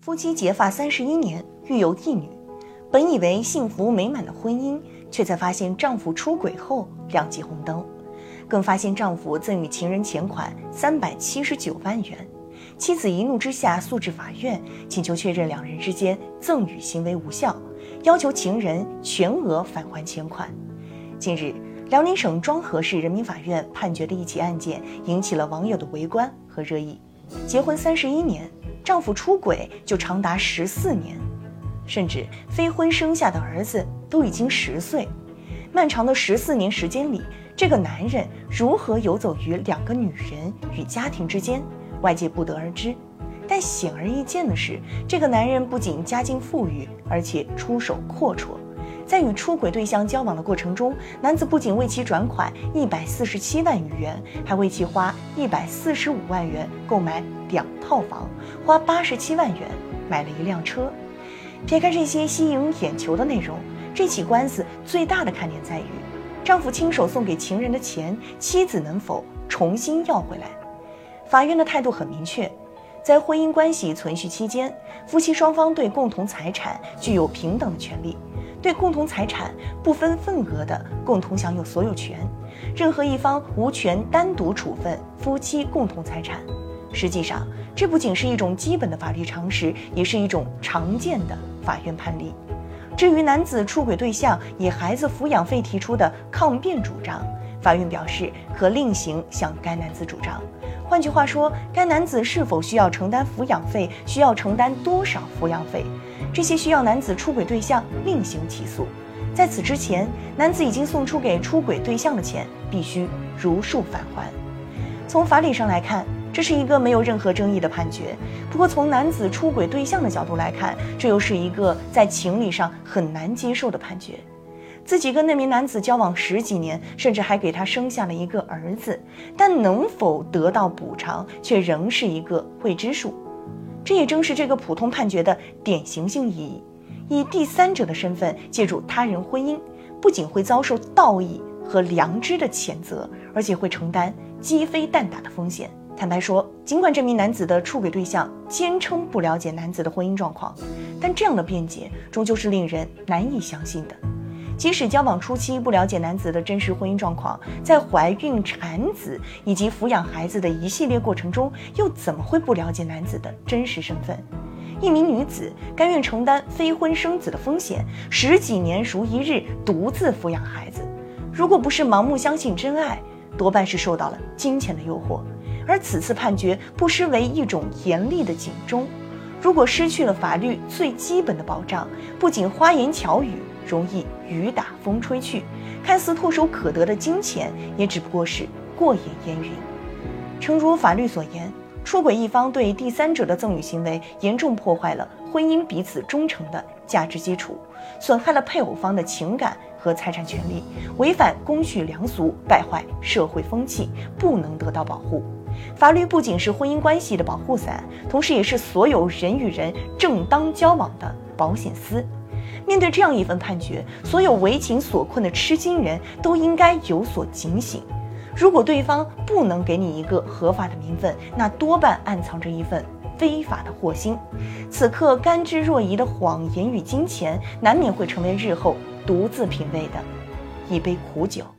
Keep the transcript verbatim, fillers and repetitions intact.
夫妻结发三十一年，育有一女，本以为幸福美满的婚姻，却在发现丈夫出轨后亮起红灯，更发现丈夫赠与情人钱款三百七十九万元。妻子一怒之下诉至法院，请求确认两人之间赠与行为无效，要求情人全额返还钱款。近日，辽宁省庄河市人民法院判决的一起案件引起了网友的围观和热议。结婚三十一年，丈夫出轨就长达十四年，甚至非婚生下的儿子都已经十岁。漫长的十四年时间里，这个男人如何游走于两个女人与家庭之间，外界不得而知。但显而易见的是，这个男人不仅家境富裕，而且出手阔绰。在与出轨对象交往的过程中，男子不仅为其转款一百四十七万余元，还为其花一百四十五万元购买两套房，花八十七万元买了一辆车。撇开这些吸引眼球的内容，这起官司最大的看点在于，丈夫亲手送给情人的钱，妻子能否重新要回来？法院的态度很明确，在婚姻关系存续期间，夫妻双方对共同财产具有平等的权利，对共同财产不分份额的共同享有所有权，任何一方无权单独处分夫妻共同财产。实际上，这不仅是一种基本的法律常识，也是一种常见的法院判例。至于男子出轨对象以孩子抚养费提出的抗辩主张，法院表示可另行向该男子主张。换句话说，该男子是否需要承担抚养费，需要承担多少抚养费，这些需要男子出轨对象另行起诉。在此之前，男子已经送出给出轨对象的钱必须如数返还。从法理上来看，这是一个没有任何争议的判决。不过从男子出轨对象的角度来看，这又是一个在情理上很难接受的判决。自己跟那名男子交往十几年，甚至还给他生下了一个儿子，但能否得到补偿却仍是一个未知数。这也正是这个普通判决的典型性意义。以第三者的身份介入他人婚姻，不仅会遭受道义和良知的谴责，而且会承担鸡飞蛋打的风险。坦白说，尽管这名男子的出轨对象坚称不了解男子的婚姻状况，但这样的辩解终究是令人难以相信的。即使交往初期不了解男子的真实婚姻状况，在怀孕、产子以及抚养孩子的一系列过程中，又怎么会不了解男子的真实身份？一名女子甘愿承担非婚生子的风险，十几年如一日独自抚养孩子，如果不是盲目相信真爱，多半是受到了金钱的诱惑。而此次判决不失为一种严厉的警钟。如果失去了法律最基本的保障，不仅花言巧语容易雨打风吹去，看似唾手可得的金钱也只不过是过眼烟云。诚如法律所言，出轨一方对第三者的赠与行为严重破坏了婚姻彼此忠诚的价值基础，损害了配偶方的情感和财产权利，违反公序良俗，败坏社会风气，不能得到保护。法律不仅是婚姻关系的保护伞，同时也是所有人与人正当交往的保险丝。面对这样一份判决，所有为情所困的痴心人都应该有所警醒。如果对方不能给你一个合法的名分，那多半暗藏着一份非法的祸心。此刻甘之若饴的谎言与金钱，难免会成为日后独自品味的一杯苦酒。